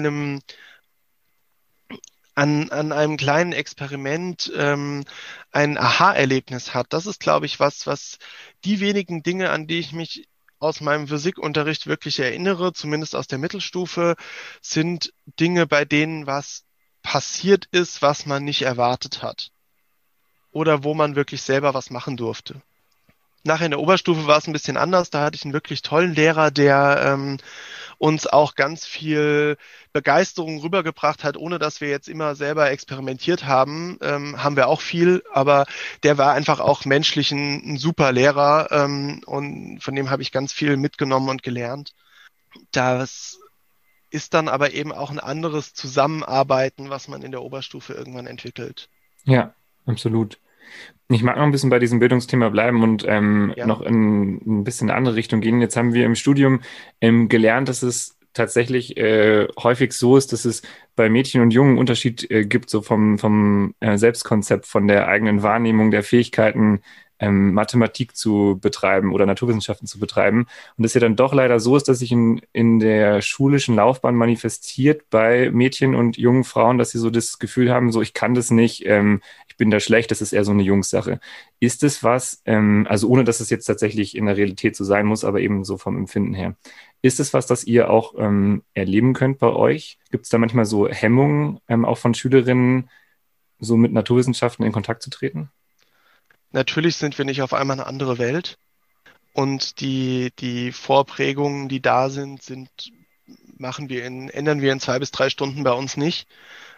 an einem kleinen Experiment ein Aha-Erlebnis hat. Das ist, glaube ich, was die wenigen Dinge, an die ich mich aus meinem Physikunterricht wirklich erinnere, zumindest aus der Mittelstufe, sind Dinge, bei denen was passiert ist, was man nicht erwartet hat. Oder wo man wirklich selber was machen durfte. Nachher in der Oberstufe war es ein bisschen anders. Da hatte ich einen wirklich tollen Lehrer, der uns auch ganz viel Begeisterung rübergebracht hat, ohne dass wir jetzt immer selber experimentiert haben. Haben wir auch viel, aber der war einfach auch menschlich ein super Lehrer und von dem habe ich ganz viel mitgenommen und gelernt. Das ist dann aber eben auch ein anderes Zusammenarbeiten, was man in der Oberstufe irgendwann entwickelt. Ja, absolut. Ich mag noch ein bisschen bei diesem Bildungsthema bleiben und noch in ein bisschen eine andere Richtung gehen. Jetzt haben wir im Studium gelernt, dass es tatsächlich häufig so ist, dass es bei Mädchen und Jungen einen Unterschied gibt, so vom Selbstkonzept, von der eigenen Wahrnehmung der Fähigkeiten, Mathematik zu betreiben oder Naturwissenschaften zu betreiben. Und es ja dann doch leider so ist, dass sich in der schulischen Laufbahn manifestiert bei Mädchen und jungen Frauen, dass sie so das Gefühl haben, so ich kann das nicht, ich bin da schlecht, das ist eher so eine Jungssache. Ist es was, also ohne dass es jetzt tatsächlich in der Realität so sein muss, aber eben so vom Empfinden her, ist es was, das ihr auch erleben könnt bei euch? Gibt es da manchmal so Hemmungen auch von Schülerinnen, so mit Naturwissenschaften in Kontakt zu treten? Natürlich sind wir nicht auf einmal eine andere Welt und die Vorprägungen, die da sind, ändern wir in 2 bis 3 Stunden bei uns nicht.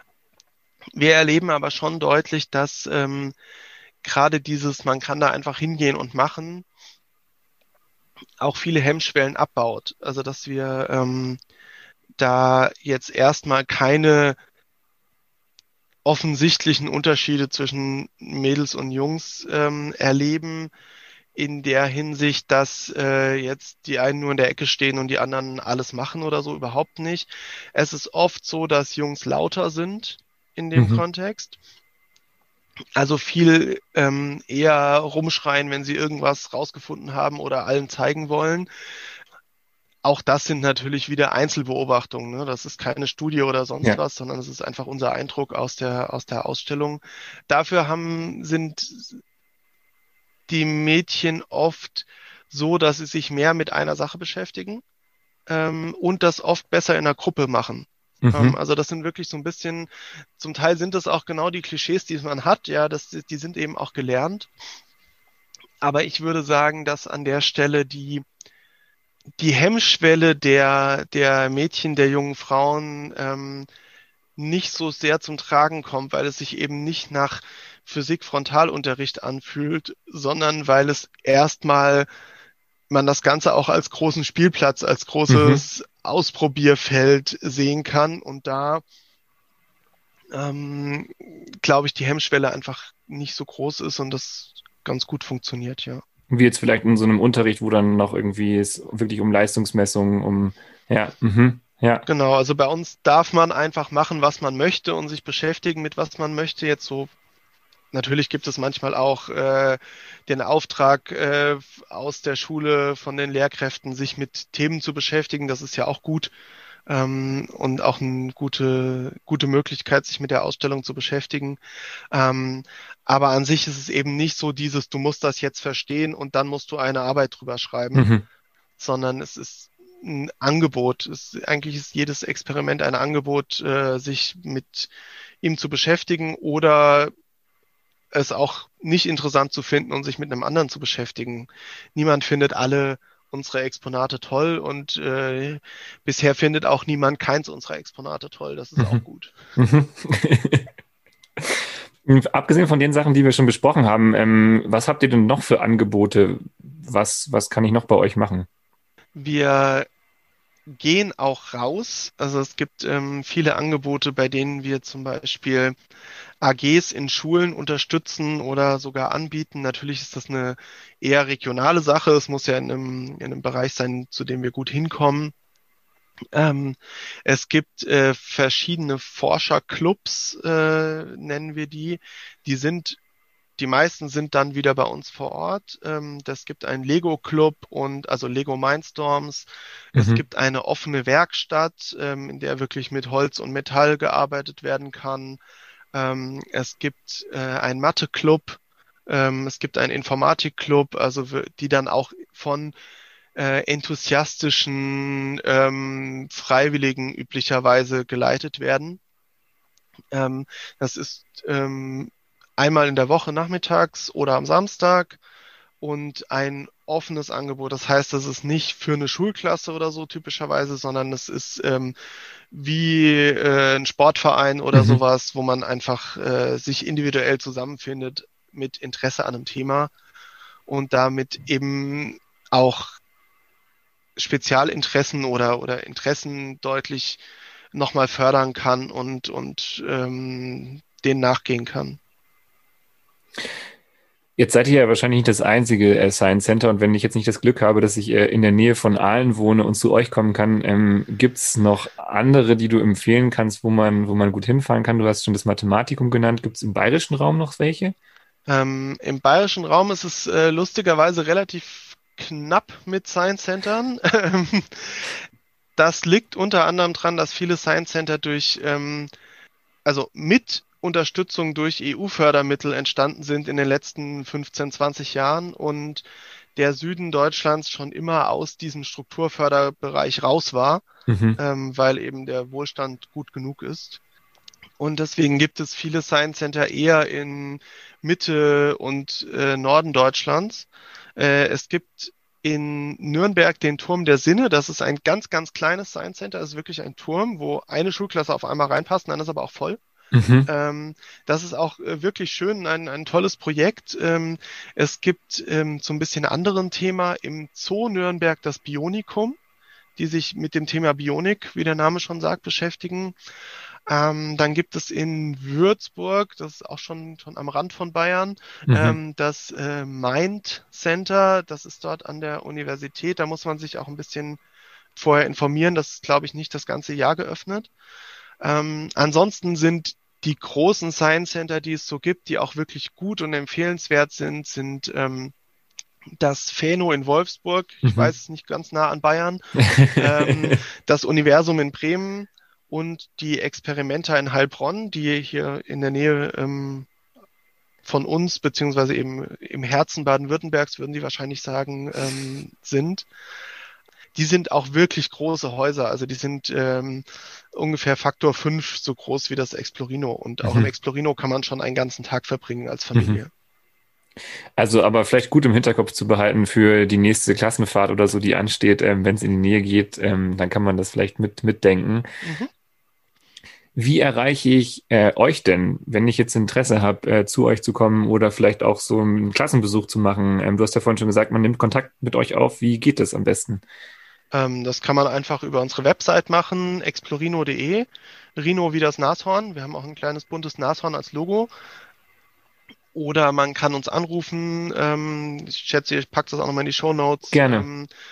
Wir erleben aber schon deutlich, dass gerade man kann da einfach hingehen und machen, auch viele Hemmschwellen abbaut. Also dass wir da jetzt erstmal keine offensichtlichen Unterschiede zwischen Mädels und Jungs erleben, in der Hinsicht, dass jetzt die einen nur in der Ecke stehen und die anderen alles machen oder so, überhaupt nicht. Es ist oft so, dass Jungs lauter sind in dem Kontext. Also viel eher rumschreien, wenn sie irgendwas rausgefunden haben oder allen zeigen wollen. Auch das sind natürlich wieder Einzelbeobachtungen. Ne? Das ist keine Studie oder sonst was, sondern es ist einfach unser Eindruck aus der Ausstellung. Dafür sind die Mädchen oft so, dass sie sich mehr mit einer Sache beschäftigen und das oft besser in der Gruppe machen. Also das sind wirklich so ein bisschen, zum Teil sind das auch genau die Klischees, die man hat. Ja, die sind eben auch gelernt. Aber ich würde sagen, dass an der Stelle die Hemmschwelle der Mädchen, der jungen Frauen nicht so sehr zum Tragen kommt, weil es sich eben nicht nach Physik-Frontalunterricht anfühlt, sondern weil es erstmal man das Ganze auch als großen Spielplatz, als großes Ausprobierfeld sehen kann und da glaube ich, die Hemmschwelle einfach nicht so groß ist und das ganz gut funktioniert, ja. Wie jetzt vielleicht in so einem Unterricht, wo dann noch irgendwie es wirklich um Leistungsmessungen, ja. Genau, also bei uns darf man einfach machen, was man möchte und sich beschäftigen mit was man möchte. Jetzt so, natürlich gibt es manchmal auch den Auftrag aus der Schule von den Lehrkräften, sich mit Themen zu beschäftigen. Das ist ja auch gut und auch eine gute Möglichkeit, sich mit der Ausstellung zu beschäftigen. Aber an sich ist es eben nicht so du musst das jetzt verstehen und dann musst du eine Arbeit drüber schreiben, sondern es ist ein Angebot. Eigentlich ist jedes Experiment ein Angebot, sich mit ihm zu beschäftigen oder es auch nicht interessant zu finden und sich mit einem anderen zu beschäftigen. Niemand findet alle unsere Exponate toll und bisher findet auch niemand keins unserer Exponate toll. Das ist auch gut. Abgesehen von den Sachen, die wir schon besprochen haben, was habt ihr denn noch für Angebote? Was kann ich noch bei euch machen? Wir gehen auch raus. Also es gibt viele Angebote, bei denen wir zum Beispiel AGs in Schulen unterstützen oder sogar anbieten. Natürlich ist das eine eher regionale Sache. Es muss ja in einem Bereich sein, zu dem wir gut hinkommen. Ähm, Es gibt verschiedene Forscherclubs, nennen wir die. Die meisten sind dann wieder bei uns vor Ort. Das gibt einen Lego-Club und also Lego Mindstorms. Es Mhm. gibt eine offene Werkstatt, in der wirklich mit Holz und Metall gearbeitet werden kann. Es gibt einen Mathe-Club. Es gibt einen Informatik-Club, also die dann auch von enthusiastischen Freiwilligen üblicherweise geleitet werden. Das ist einmal in der Woche nachmittags oder am Samstag und ein offenes Angebot. Das heißt, das ist nicht für eine Schulklasse oder so typischerweise, sondern es ist wie ein Sportverein oder Mhm. sowas, wo man einfach sich individuell zusammenfindet mit Interesse an einem Thema und damit eben auch Spezialinteressen oder Interessen deutlich nochmal fördern kann und denen nachgehen kann. Jetzt seid ihr ja wahrscheinlich nicht das einzige Science Center und wenn ich jetzt nicht das Glück habe, dass ich in der Nähe von Aalen wohne und zu euch kommen kann, gibt's noch andere, die du empfehlen kannst, wo man gut hinfahren kann? Du hast schon das Mathematikum genannt. Gibt's im bayerischen Raum noch welche? Im bayerischen Raum ist es lustigerweise relativ knapp mit Science Centern. Das liegt unter anderem daran, dass viele Science Center also mit Unterstützung durch EU-Fördermittel entstanden sind in den letzten 15, 20 Jahren und der Süden Deutschlands schon immer aus diesem Strukturförderbereich raus war, Mhm. weil eben der Wohlstand gut genug ist. Und deswegen gibt es viele Science Center eher in Mitte und Norden Deutschlands. Es gibt in Nürnberg den Turm der Sinne. Das ist ein ganz, ganz kleines Science Center. Das ist wirklich ein Turm, wo eine Schulklasse auf einmal reinpasst, dann ist aber auch voll. Mhm. Das ist auch wirklich schön, ein tolles Projekt. Es gibt so ein bisschen anderen Thema im Zoo Nürnberg das Bionikum, die sich mit dem Thema Bionik, wie der Name schon sagt, beschäftigen. Dann gibt es in Würzburg, das ist auch schon am Rand von Bayern, Mhm. das Mind Center, das ist dort an der Universität. Da muss man sich auch ein bisschen vorher informieren. Das ist, glaube ich, nicht das ganze Jahr geöffnet. Ansonsten sind die großen Science Center, die es so gibt, die auch wirklich gut und empfehlenswert sind das Phäno in Wolfsburg, ich Mhm. weiß es nicht, ganz nah an Bayern, das Universum in Bremen und die Experimenta in Heilbronn, die hier in der Nähe von uns, beziehungsweise eben im Herzen Baden-Württembergs, würden die wahrscheinlich sagen, sind. Die sind auch wirklich große Häuser. Also die sind ungefähr Faktor 5 so groß wie das Explorino. Und auch im Mhm. Explorino kann man schon einen ganzen Tag verbringen als Mhm. Familie. Also, aber vielleicht gut im Hinterkopf zu behalten für die nächste Klassenfahrt oder so, die ansteht, wenn es in die Nähe geht, dann kann man das vielleicht mitdenken. Mhm. Wie erreiche ich euch denn, wenn ich jetzt Interesse habe, zu euch zu kommen oder vielleicht auch so einen Klassenbesuch zu machen? Du hast ja vorhin schon gesagt, man nimmt Kontakt mit euch auf. Wie geht das am besten? Das kann man einfach über unsere Website machen, explorino.de. Rhino wie das Nashorn. Wir haben auch ein kleines buntes Nashorn als Logo. Oder man kann uns anrufen. Ich schätze, ich packe das auch nochmal in die Shownotes. Gerne.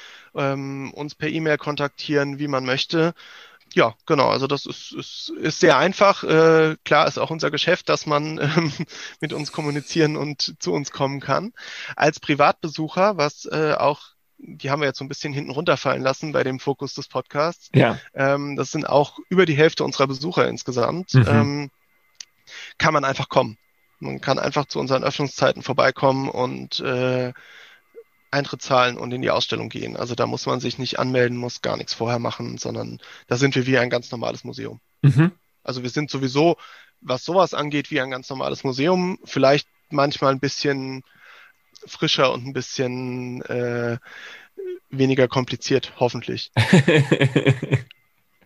Uns per E-Mail kontaktieren, wie man möchte. Ja, genau. Also das ist sehr einfach. Klar ist auch unser Geschäft, dass man mit uns kommunizieren und zu uns kommen kann. Als Privatbesucher, was auch, die haben wir jetzt so ein bisschen hinten runterfallen lassen bei dem Fokus des Podcasts. Ja. Das sind auch über die Hälfte unserer Besucher insgesamt. Mhm. Kann man einfach kommen. Man kann einfach zu unseren Öffnungszeiten vorbeikommen und Eintritt zahlen und in die Ausstellung gehen. Also da muss man sich nicht anmelden, muss gar nichts vorher machen, sondern da sind wir wie ein ganz normales Museum. Mhm. Also wir sind sowieso, was sowas angeht, wie ein ganz normales Museum. Vielleicht manchmal ein bisschen frischer und ein bisschen weniger kompliziert, hoffentlich.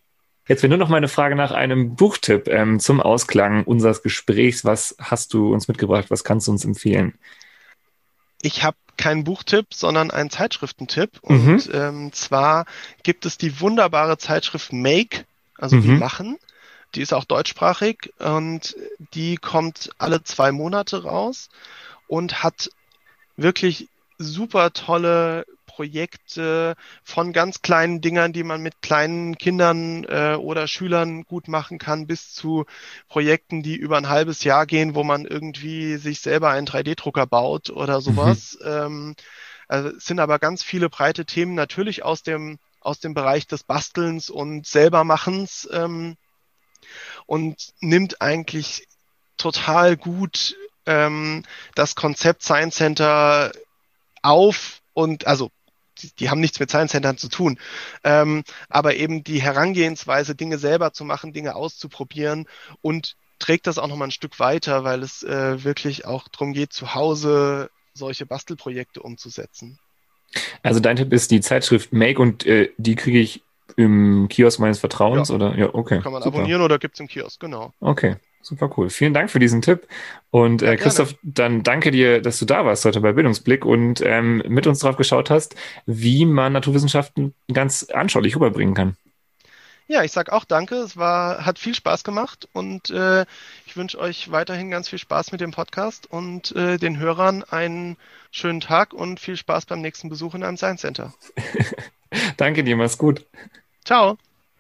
Jetzt wäre nur noch meine Frage nach einem Buchtipp zum Ausklang unseres Gesprächs. Was hast du uns mitgebracht? Was kannst du uns empfehlen? Ich habe keinen Buchtipp, sondern einen Zeitschriftentipp. Und zwar gibt es die wunderbare Zeitschrift Make, also wie machen. Die ist auch deutschsprachig und die kommt alle 2 Monate raus und hat wirklich super tolle Projekte von ganz kleinen Dingern, die man mit kleinen Kindern oder Schülern gut machen kann, bis zu Projekten, die über ein halbes Jahr gehen, wo man irgendwie sich selber einen 3D-Drucker baut oder sowas. Also es sind aber ganz viele breite Themen, natürlich aus dem Bereich des Bastelns und Selbermachens, und nimmt eigentlich total gut das Konzept Science Center auf und also die haben nichts mit Science Centern zu tun, aber eben die Herangehensweise, Dinge selber zu machen, Dinge auszuprobieren und trägt das auch nochmal ein Stück weiter, weil es wirklich auch darum geht, zu Hause solche Bastelprojekte umzusetzen. Also dein Tipp ist die Zeitschrift Make und die kriege ich im Kiosk meines Vertrauens, oder? Ja, okay. Kann man abonnieren oder gibt's im Kiosk, genau. Okay, super cool. Vielen Dank für diesen Tipp. Und Christoph, dann danke dir, dass du da warst heute bei Bildungsblick und mit uns drauf geschaut hast, wie man Naturwissenschaften ganz anschaulich rüberbringen kann. Ja, ich sag auch danke. Es hat viel Spaß gemacht und ich wünsche euch weiterhin ganz viel Spaß mit dem Podcast und den Hörern einen schönen Tag und viel Spaß beim nächsten Besuch in einem Science Center. Danke dir, mach's gut. Ciao.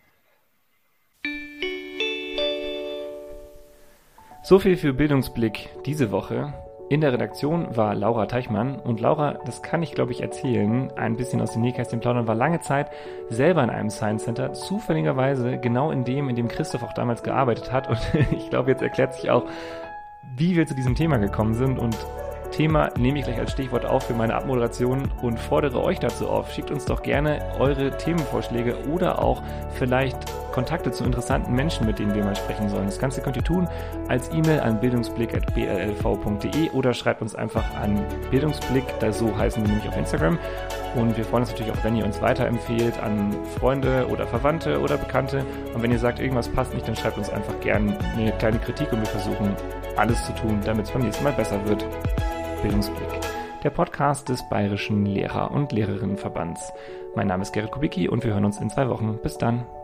So viel für Bildungsblick diese Woche. In der Redaktion war Laura Teichmann und Laura, das kann ich glaube ich erzählen, ein bisschen aus dem Nähkästchen plaudern, war lange Zeit selber in einem Science Center, zufälligerweise genau in dem Christoph auch damals gearbeitet hat und ich glaube, jetzt erklärt sich auch, wie wir zu diesem Thema gekommen sind und Thema nehme ich gleich als Stichwort auf für meine Abmoderation und fordere euch dazu auf. Schickt uns doch gerne eure Themenvorschläge oder auch vielleicht Kontakte zu interessanten Menschen, mit denen wir mal sprechen sollen. Das Ganze könnt ihr tun als E-Mail an bildungsblick@blv.de oder schreibt uns einfach an Bildungsblick, so heißen wir nämlich auf Instagram. Und wir freuen uns natürlich auch, wenn ihr uns weiterempfehlt an Freunde oder Verwandte oder Bekannte. Und wenn ihr sagt, irgendwas passt nicht, dann schreibt uns einfach gerne eine kleine Kritik und wir versuchen alles zu tun, damit es beim nächsten Mal besser wird. Bildungsblick, der Podcast des Bayerischen Lehrer- und Lehrerinnenverbands. Mein Name ist Gerrit Kubicki und wir hören uns in 2 Wochen. Bis dann.